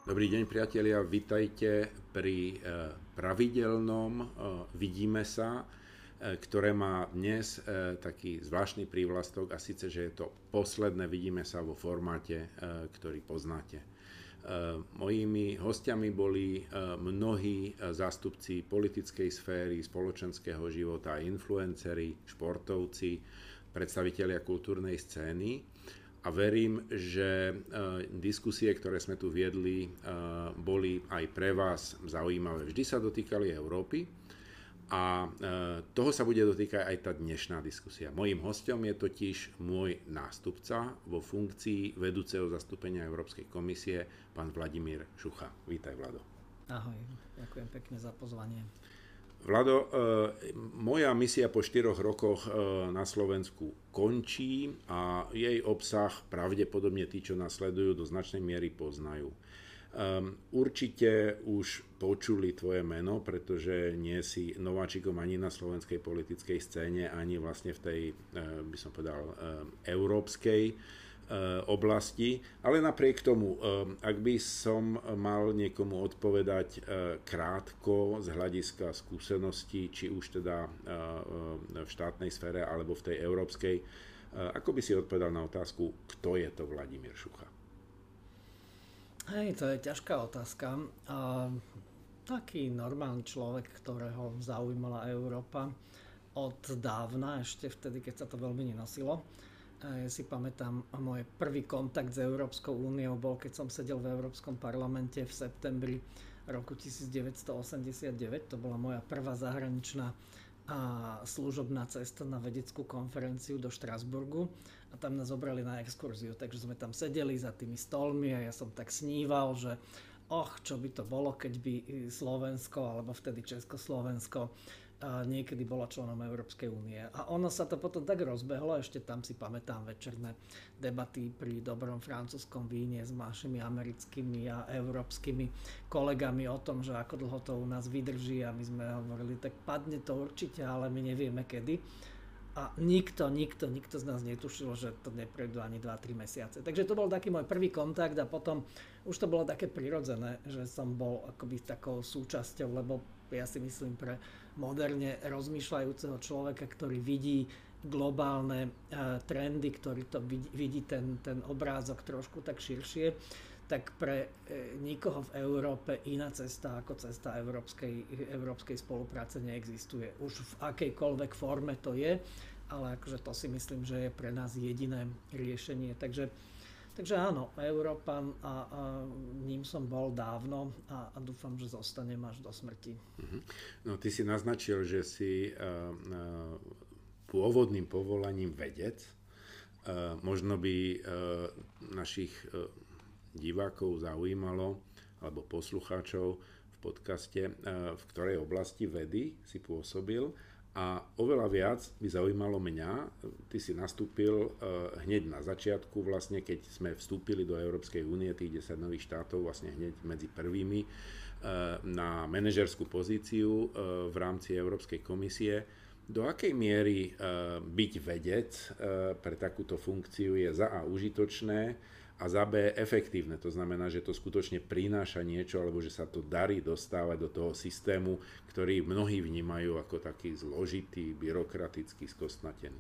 Dobrý deň, priatelia, vitajte pri pravidelnom Vidíme sa, ktoré má dnes taký zvláštny prívlastok, a síce, že je to posledné Vidíme sa vo formáte, ktorý poznáte. Mojimi hostiami boli mnohí zástupci politickej sféry, spoločenského života, influenceri, športovci, predstavitelia kultúrnej scény. A verím, že diskusie, ktoré sme tu viedli, boli aj pre vás zaujímavé. Vždy sa dotýkali Európy a toho sa bude dotýkať aj tá dnešná diskusia. Mojím hostom je totiž môj nástupca vo funkcii vedúceho zastúpenia Európskej komisie, pán Vladimír Šucha. Vítaj, Vlado. Ahoj, ďakujem pekne za pozvanie. Vlado, moja misia po 4 rokoch na Slovensku končí a jej obsah pravdepodobne tí, čo nás sledujú, do značnej miery poznajú. Určite už počuli tvoje meno, pretože nie si nováčikom ani na slovenskej politickej scéne, ani vlastne v tej, by som povedal, európskej oblasti, ale napriek tomu, ak by som mal niekomu odpovedať krátko z hľadiska skúseností, či už teda v štátnej sfére alebo v tej európskej, ako by si odpovedal na otázku, kto je to Vladimír Šucha? Hej, to je ťažká otázka. Taký normálny človek, ktorého zaujímala Európa od dávna, ešte vtedy, keď sa to veľmi nenosilo. Ja si pamätám, môj prvý kontakt s Európskou úniou bol, keď som sedel v Európskom parlamente v septembri roku 1989. To bola moja prvá zahraničná služobná cesta na vedeckú konferenciu do Štrasburgu a tam nás zobrali na exkurziu, takže sme tam sedeli za tými stolmi a ja som tak sníval, že čo by to bolo, keď by Slovensko, alebo vtedy Československo niekedy bola členom Európskej únie. A ono sa to potom tak rozbehlo, ešte tam si pamätám večerné debaty pri dobrom francúzskom víne s našimi americkými a európskymi kolegami o tom, že ako dlho to u nás vydrží, a my sme hovorili, tak padne to určite, ale my nevieme kedy. A nikto z nás netušil, že to neprejdú ani 2-3 mesiace. Takže to bol taký môj prvý kontakt a potom už to bolo také prirodzené, že som bol akoby takou súčasťou, lebo ja si myslím, pre moderne rozmýšľajúceho človeka, ktorý vidí globálne trendy, ktorý to vidí ten obrázok trošku tak širšie, tak pre nikoho v Európe iná cesta ako cesta európskej spolupráce neexistuje. Už v akejkoľvek forme to je, ale akože to si myslím, že je pre nás jediné riešenie. Takže áno, Európan a ním som bol dávno a dúfam, že zostanem až do smrti. No, ty si naznačil, že si pôvodným povolaním vedec. Možno by našich divákov zaujímalo, alebo poslucháčov v podcaste, v ktorej oblasti vedy si pôsobil, a oveľa viac by zaujímalo mňa, ty si nastúpil hneď na začiatku, vlastne keď sme vstúpili do Európskej únie, tých 10 nových štátov, vlastne hneď medzi prvými, na manažerskú pozíciu v rámci Európskej komisie. Do akej miery byť vedec pre takúto funkciu je za A užitočné a za B efektívne? To znamená, že to skutočne prináša niečo, alebo že sa to darí dostávať do toho systému, ktorý mnohí vnímajú ako taký zložitý, byrokratický, skostnatený.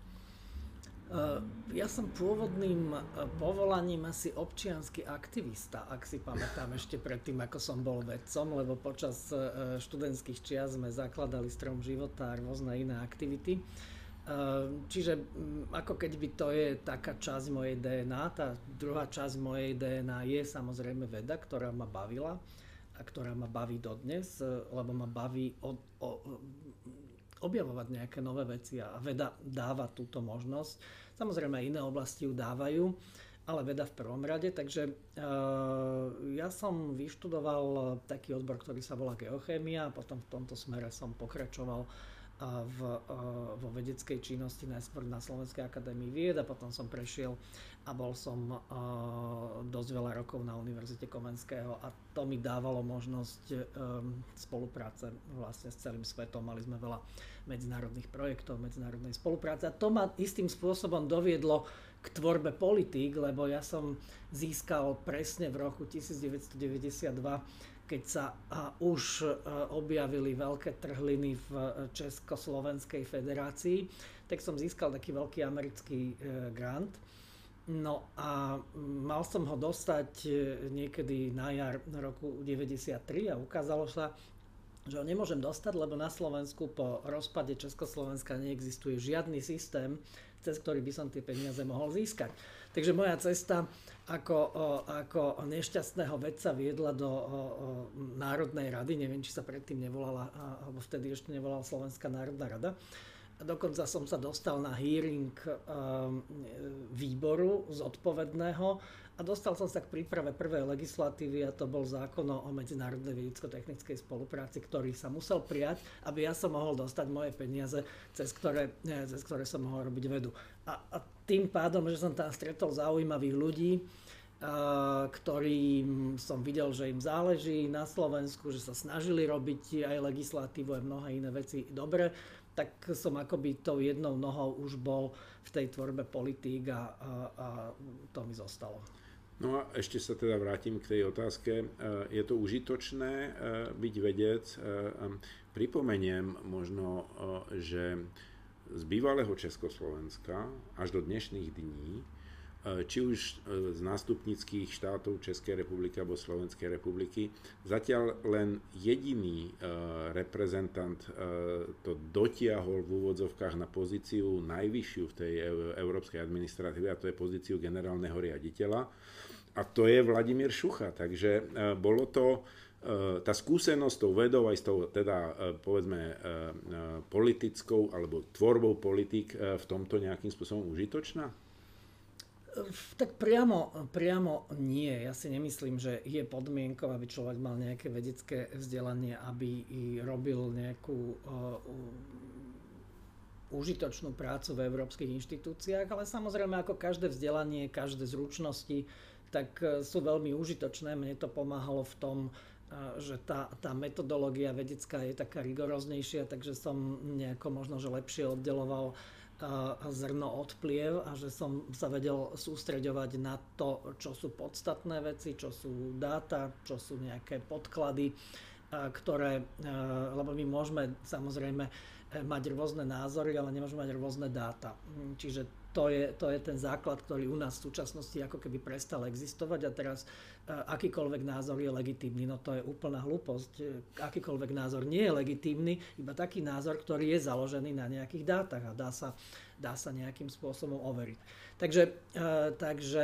Ja som pôvodným povolaním asi občiansky aktivista, ak si pamätám ešte predtým, ako som bol vedcom, lebo počas študentských čias sme zakladali Strom života a rôzne iné aktivity. Čiže ako keby to je taká časť mojej DNA, tá druhá časť mojej DNA je samozrejme veda, ktorá ma bavila a ktorá ma baví dodnes, lebo ma baví objavovať nejaké nové veci a veda dáva túto možnosť. Samozrejme iné oblasti ju dávajú, ale veda v prvom rade. Takže ja som vyštudoval taký odbor, ktorý sa volá geochémia, a potom v tomto smere som pokračoval vo vedeckej činnosti, najskôr na Slovenskej akadémii vied a potom som prešiel a bol som dosť veľa rokov na Univerzite Komenského a to mi dávalo možnosť spolupráce vlastne s celým svetom. Mali sme veľa medzinárodných projektov, medzinárodnej spolupráce a to ma istým spôsobom doviedlo k tvorbe politík, lebo ja som získal presne v roku 1992, keď sa už objavili veľké trhliny v Československej federácii, tak som získal taký veľký americký grant. No a mal som ho dostať niekedy na jar roku 1993 a ukázalo sa, že ho nemôžem dostať, lebo na Slovensku po rozpade Československa neexistuje žiadny systém, cez ktorý by som tie peniaze mohol získať. Takže moja cesta ako nešťastného vedca viedla do Národnej rady, neviem, či sa predtým nevolala, alebo vtedy ešte nevolala Slovenská národná rada. A dokonca som sa dostal na hearing výboru zodpovedného a dostal som sa k príprave prvej legislatívy a to bol zákon o medzinárodnej vedecko-technickej spolupráci, ktorý sa musel prijať, aby ja som mohol dostať moje peniaze, cez ktoré som mohol robiť vedu. A tým pádom, že som tam stretol zaujímavých ľudí, ktorým som videl, že im záleží na Slovensku, že sa snažili robiť aj legislatívu a mnohé iné veci dobre, tak som akoby tou jednou nohou už bol v tej tvorbe politík a to mi zostalo. No a ešte sa teda vrátim k tej otázke. Je to užitočné byť vedec? Pripomeniem možno, že z bývalého Československa až do dnešných dní, či už z nástupnických štátov Českej republiky alebo Slovenskej republiky, zatiaľ len jediný reprezentant to dotiahol v úvodzovkách na pozíciu najvyššiu v tej európskej administratíve, a to je pozíciu generálneho riaditeľa. A to je Vladimír Šucha. Takže bolo to tá skúsenosť s tou vedou aj s tou teda povedzme politickou alebo tvorbou politík v tomto nejakým spôsobom užitočná? Tak priamo nie. Ja si nemyslím, že je podmienkou, aby človek mal nejaké vedecké vzdelanie, aby robil nejakú užitočnú prácu v európskych inštitúciách, ale samozrejme ako každé vzdelanie, každé zručnosti, tak sú veľmi užitočné. Mne to pomáhalo v tom, že tá metodológia vedecká je taká rigoróznejšia, takže som nejako možno, že lepšie oddeloval zrno od pliev a že som sa vedel sústreďovať na to, čo sú podstatné veci, čo sú dáta, čo sú nejaké podklady, lebo my môžeme samozrejme mať rôzne názory, ale nemôžeme mať rôzne dáta. Čiže to je ten základ, ktorý u nás v súčasnosti ako keby prestal existovať a teraz akýkoľvek názor je legitímny. No to je úplná hlúposť. Akýkoľvek názor nie je legitímny, iba taký názor, ktorý je založený na nejakých dátach a dá sa nejakým spôsobom overiť. Takže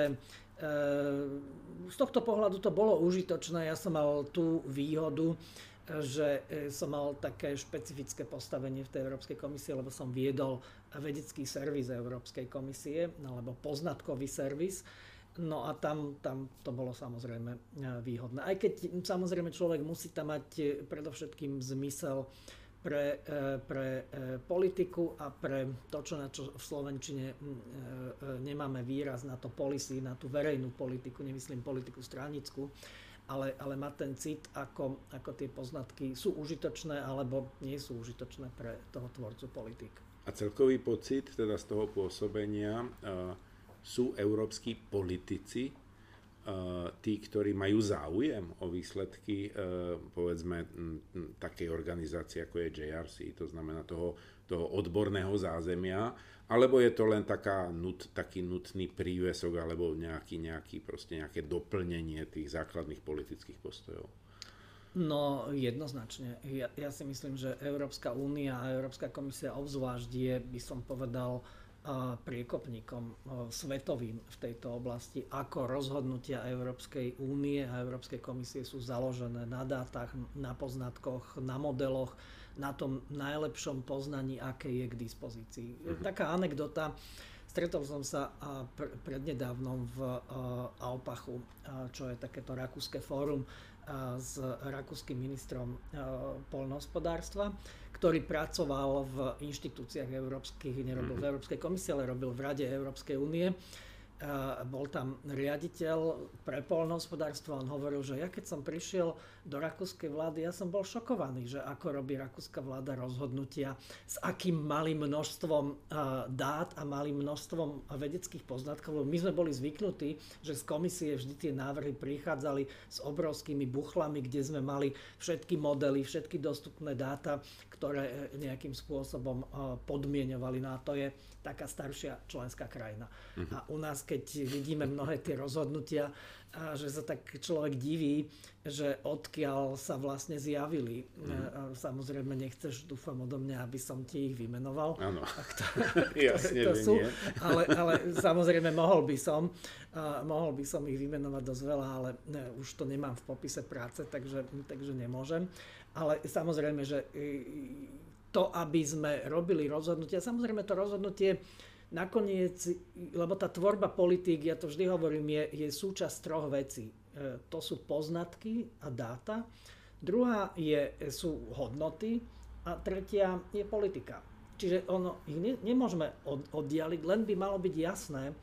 z tohto pohľadu to bolo užitočné. Ja som mal tú výhodu, že som mal také špecifické postavenie v tej Európskej komisii, lebo som viedol vedecký servis Európskej komisie, alebo poznatkový servis. No a tam to bolo samozrejme výhodné. Aj keď samozrejme človek musí tam mať predovšetkým zmysel pre politiku a pre to, na čo v slovenčine nemáme výraz, na to policy, na tú verejnú politiku, nemyslím politiku stranickú, ale má ten cit, ako tie poznatky sú užitočné alebo nie sú užitočné pre toho tvorcu politik. A celkový pocit teda z toho pôsobenia sú európski politici tí, ktorí majú záujem o výsledky povedzme takej organizácie ako je JRC, to znamená toho odborného zázemia, alebo je to len taký nutný prívesok alebo nejaké doplnenie tých základných politických postojov? No jednoznačne. Ja si myslím, že Európska únia a Európska komisia obzvlášť je, by som povedal, priekopníkom svetovým v tejto oblasti, ako rozhodnutia Európskej únie a Európskej komisie sú založené na dátach, na poznatkoch, na modeloch, na tom najlepšom poznaní, aké je k dispozícii. Taká anekdota. Stretol som sa prednedávnom v Alpachu, čo je takéto rakúske fórum s rakúskym ministrom poľnohospodárstva, ktorý pracoval v inštitúciách európskych, nerobil v Európskej komisii, ale robil v Rade Európskej únie. Bol tam riaditeľ pre poľnohospodárstvo a on hovoril, že ja keď som prišiel do rakúskej vlády, ja som bol šokovaný, že ako robí rakúska vláda rozhodnutia, s akým malým množstvom dát a malým množstvom vedeckých poznatkov. My sme boli zvyknutí, že z komisie vždy tie návrhy prichádzali s obrovskými buchlami, kde sme mali všetky modely, všetky dostupné dáta, ktoré nejakým spôsobom podmieňovali. No a to je taká staršia členská krajina. A u nás, keď vidíme mnohé tie rozhodnutia, že sa tak človek diví, že odkiaľ sa vlastne zjavili. Samozrejme nechceš, dúfam odo mňa, aby som ti ich vymenoval. Áno, jasne, to sú. Ale samozrejme mohol by som ich vymenovať dosť veľa, ale už to nemám v popise práce, takže nemôžem. Ale samozrejme, že to, aby sme robili rozhodnutia, samozrejme to rozhodnutie nakoniec, lebo tá tvorba politík, ja to vždy hovorím, je súčasť troch vecí. To sú poznatky a dáta, druhá sú hodnoty a tretia je politika. Čiže ich nemôžeme oddialiť, len by malo byť jasné,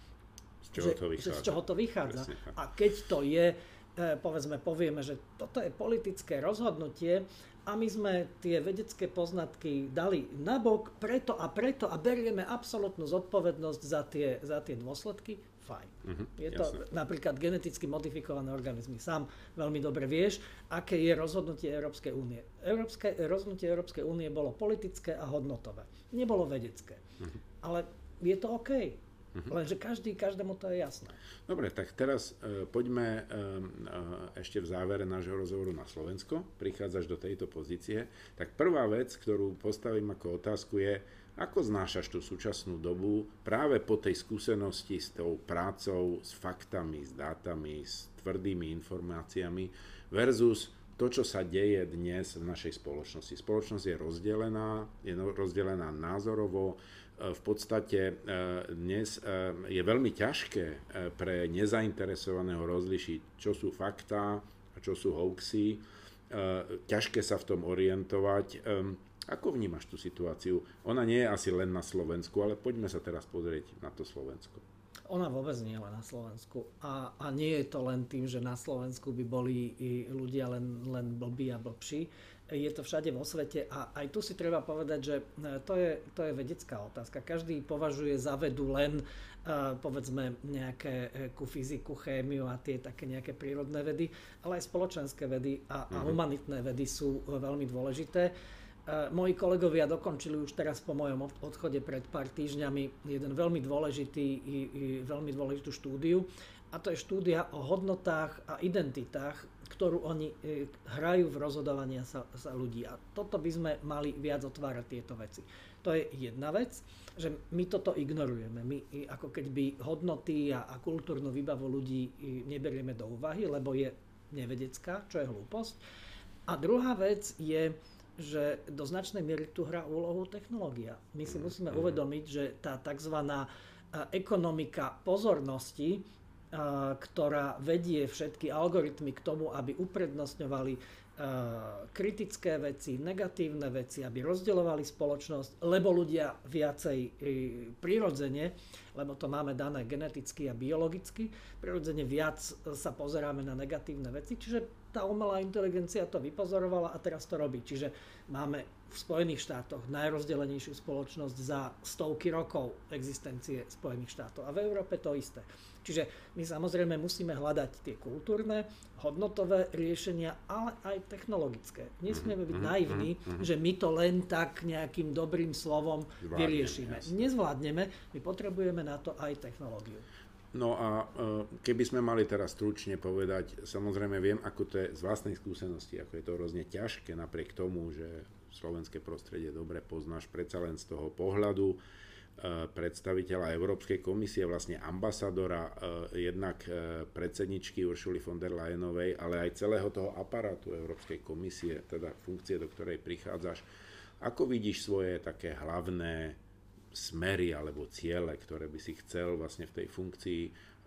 z čoho to vychádza. A keď to je, povieme, že toto je politické rozhodnutie, a my sme tie vedecké poznatky dali nabok preto a berieme absolútnu zodpovednosť za tie dôsledky, fajn. Je to napríklad geneticky modifikované organizmy. Sám veľmi dobre vieš, aké je rozhodnutie Európskej únie. Rozhodnutie Európskej únie bolo politické a hodnotové. Nebolo vedecké. Ale je to OK. Lenže každému to je jasné. Dobre, tak teraz poďme ešte v závere nášho rozhovoru na Slovensko. Prichádzaš do tejto pozície. Tak prvá vec, ktorú postavím ako otázku je, ako znášaš tú súčasnú dobu práve po tej skúsenosti s tou prácou, s faktami, s dátami, s tvrdými informáciami versus to, čo sa deje dnes v našej spoločnosti. Spoločnosť je rozdelená názorovo. V podstate dnes je veľmi ťažké pre nezainteresovaného rozlišiť, čo sú faktá a čo sú hoaxy. Ťažké sa v tom orientovať. Ako vnímaš tú situáciu? Ona nie je asi len na Slovensku, ale poďme sa teraz pozrieť na to Slovensko. Ona vôbec nie je len na Slovensku. A nie je to len tým, že na Slovensku by boli ľudia len blbí a blbší. Je to všade vo svete a aj tu si treba povedať, že to je vedecká otázka. Každý považuje za vedu len povedzme nejaké fyziku, chémiu a tie také nejaké prírodné vedy, ale aj spoločenské vedy a humanitné vedy sú veľmi dôležité. Moji kolegovia dokončili už teraz po mojom odchode pred pár týždňami jeden veľmi dôležitú štúdiu a to je štúdia o hodnotách a identitách, ktorú oni hrajú v rozhodovaní sa ľudí. A toto by sme mali viac otvárať tieto veci. To je jedna vec, že my toto ignorujeme. My ako keby hodnoty a kultúrnu výbavu ľudí neberieme do úvahy, lebo je nevedecká, čo je hlúposť. A druhá vec je, že do značnej miery tu hrá úlohu technológia. My si musíme uvedomiť, že tá tzv. Ekonomika pozornosti, ktorá vedie všetky algoritmy k tomu, aby uprednostňovali kritické veci, negatívne veci, aby rozdeľovali spoločnosť, lebo ľudia viacej prirodzene, lebo to máme dané geneticky a biologicky, prirodzene viac sa pozeráme na negatívne veci, čiže tá umelá inteligencia to vypozorovala a teraz to robí. Čiže máme v Spojených štátoch najrozdelenejšiu spoločnosť za stovky rokov existencie Spojených štátov a v Európe to isté. Čiže my samozrejme musíme hľadať tie kultúrne, hodnotové riešenia, ale aj technologické. Nesmieme byť naivní, že my to len tak nejakým dobrým slovom vyriešime. Nezvládneme, my potrebujeme na to aj technológiu. No a keby sme mali teraz stručne povedať, samozrejme viem, ako to je z vlastnej skúsenosti, ako je to hrozne ťažké napriek tomu, že slovenské prostredie dobre poznáš, predsa len z toho pohľadu predstaviteľa Európskej komisie, vlastne ambasadora jednak predsedničky Uršuly von der Leyenovej, ale aj celého toho aparátu Európskej komisie, teda funkcie, do ktorej prichádzaš. Ako vidíš svoje také hlavné smery alebo ciele, ktoré by si chcel vlastne v tej funkcii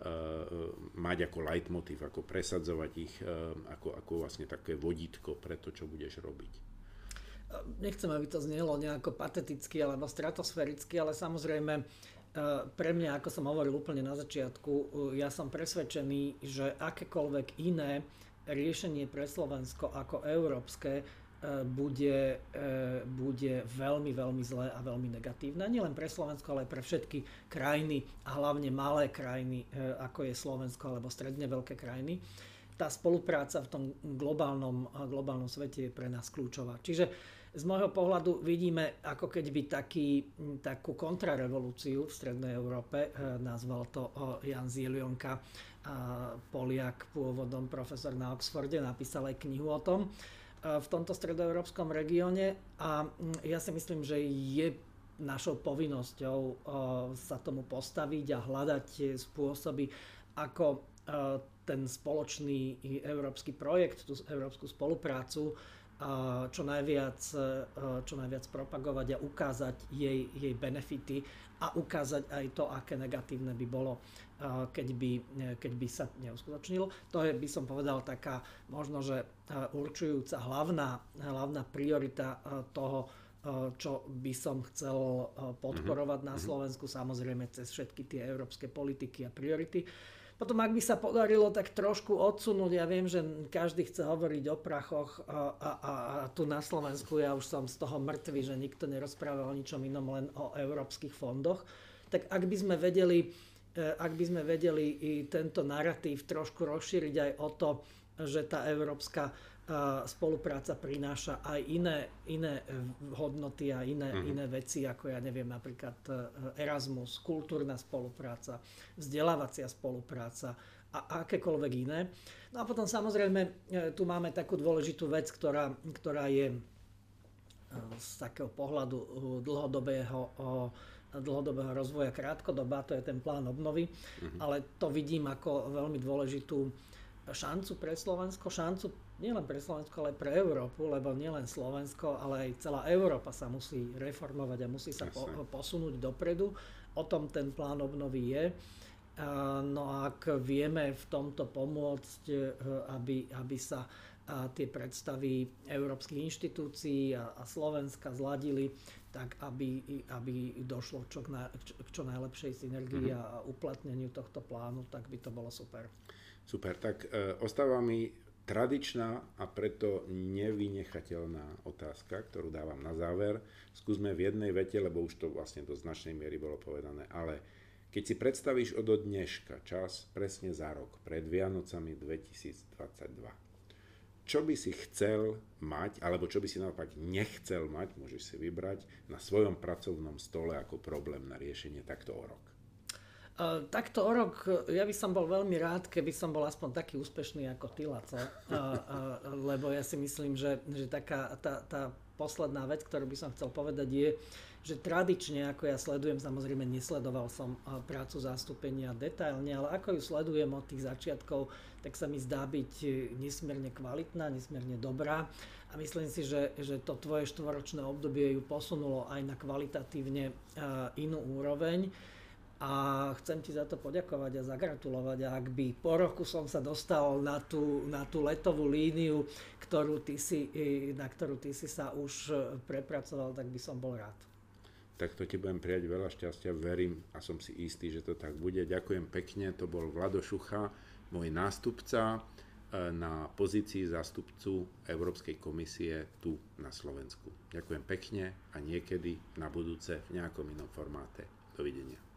mať ako leitmotiv, ako presadzovať ich, ako vlastne také vodítko pre to, čo budeš robiť? Nechcem, aby to znelo nejako pateticky alebo stratosféricky, ale samozrejme pre mňa, ako som hovoril úplne na začiatku, ja som presvedčený, že akékoľvek iné riešenie pre Slovensko ako európske bude veľmi, veľmi zlé a veľmi negatívne. Nie len pre Slovensko, ale aj pre všetky krajiny a hlavne malé krajiny, ako je Slovensko alebo stredne veľké krajiny. Tá spolupráca v tom globálnom svete je pre nás kľúčová. Čiže z môjho pohľadu vidíme ako keby takú kontrarevolúciu v strednej Európe. Nazval to Jan Zielonka, Poliak pôvodom, profesor na Oxforde, napísal aj knihu o tom v tomto stredoeurópskom regióne a ja si myslím, že je našou povinnosťou sa tomu postaviť a hľadať spôsoby, ako ten spoločný európsky projekt, tú európsku spoluprácu čo najviac propagovať a ukázať jej benefity a ukázať aj to, aké negatívne by bolo, keď by sa neuskutočnilo. To je, by som povedal, taká možno, že určujúca hlavná priorita toho, čo by som chcel podporovať na Slovensku, samozrejme cez všetky tie európske politiky a priority. Potom, ak by sa podarilo tak trošku odsunúť, ja viem, že každý chce hovoriť o prachoch a tu na Slovensku ja už som z toho mŕtvy, že nikto nerozpráva o ničom inom, len o európskych fondoch, tak ak by sme vedeli i tento narratív trošku rozšíriť aj o to, že tá európska spolupráca prináša aj iné hodnoty a iné veci, ako ja neviem, napríklad Erasmus, kultúrna spolupráca, vzdelávacia spolupráca a akékoľvek iné. No a potom samozrejme tu máme takú dôležitú vec, ktorá je z takého pohľadu dlhodobého rozvoja krátkodobá, to je ten plán obnovy, ale to vidím ako veľmi dôležitú šancu pre Slovensko, nielen pre Slovensko, ale aj pre Európu, lebo nielen Slovensko, ale aj celá Európa sa musí reformovať a musí sa posunúť dopredu. O tom ten plán obnovy je. No a ak vieme v tomto pomôcť, aby sa tie predstavy európskych inštitúcií a Slovenska zladili, tak aby došlo k čo najlepšej synergii a uplatneniu tohto plánu, tak by to bolo super. Super, tak ostáva mi tradičná a preto nevynechateľná otázka, ktorú dávam na záver. Skúsme v jednej vete, lebo už to vlastne do značnej miery bolo povedané, ale keď si predstavíš od dneška čas presne za rok, pred Vianocami 2022, čo by si chcel mať, alebo čo by si naopak nechcel mať, môžeš si vybrať, na svojom pracovnom stole ako problém na riešenie takto o rok? Takto o rok, ja by som bol veľmi rád, keby som bol aspoň taký úspešný ako ty, Laco. Lebo ja si myslím, že taká tá posledná vec, ktorú by som chcel povedať je, že tradične, ako ja sledujem, samozrejme nesledoval som prácu zastúpenia detailne, ale ako ju sledujem od tých začiatkov, tak sa mi zdá byť nesmierne kvalitná, nesmierne dobrá. A myslím si, že to tvoje štvoročné obdobie ju posunulo aj na kvalitatívne inú úroveň. A chcem ti za to poďakovať a zagratulovať. A ak by po roku som sa dostal na tú letovú líniu, na ktorú ty si sa už prepracoval, tak by som bol rád. Tak to ti budem prijať veľa šťastia, verím a som si istý, že to tak bude. Ďakujem pekne, to bol Vlado Šucha, môj nástupca na pozícii zástupcu Európskej komisie tu na Slovensku. Ďakujem pekne a niekedy na budúce v nejakom inom formáte. Dovidenia.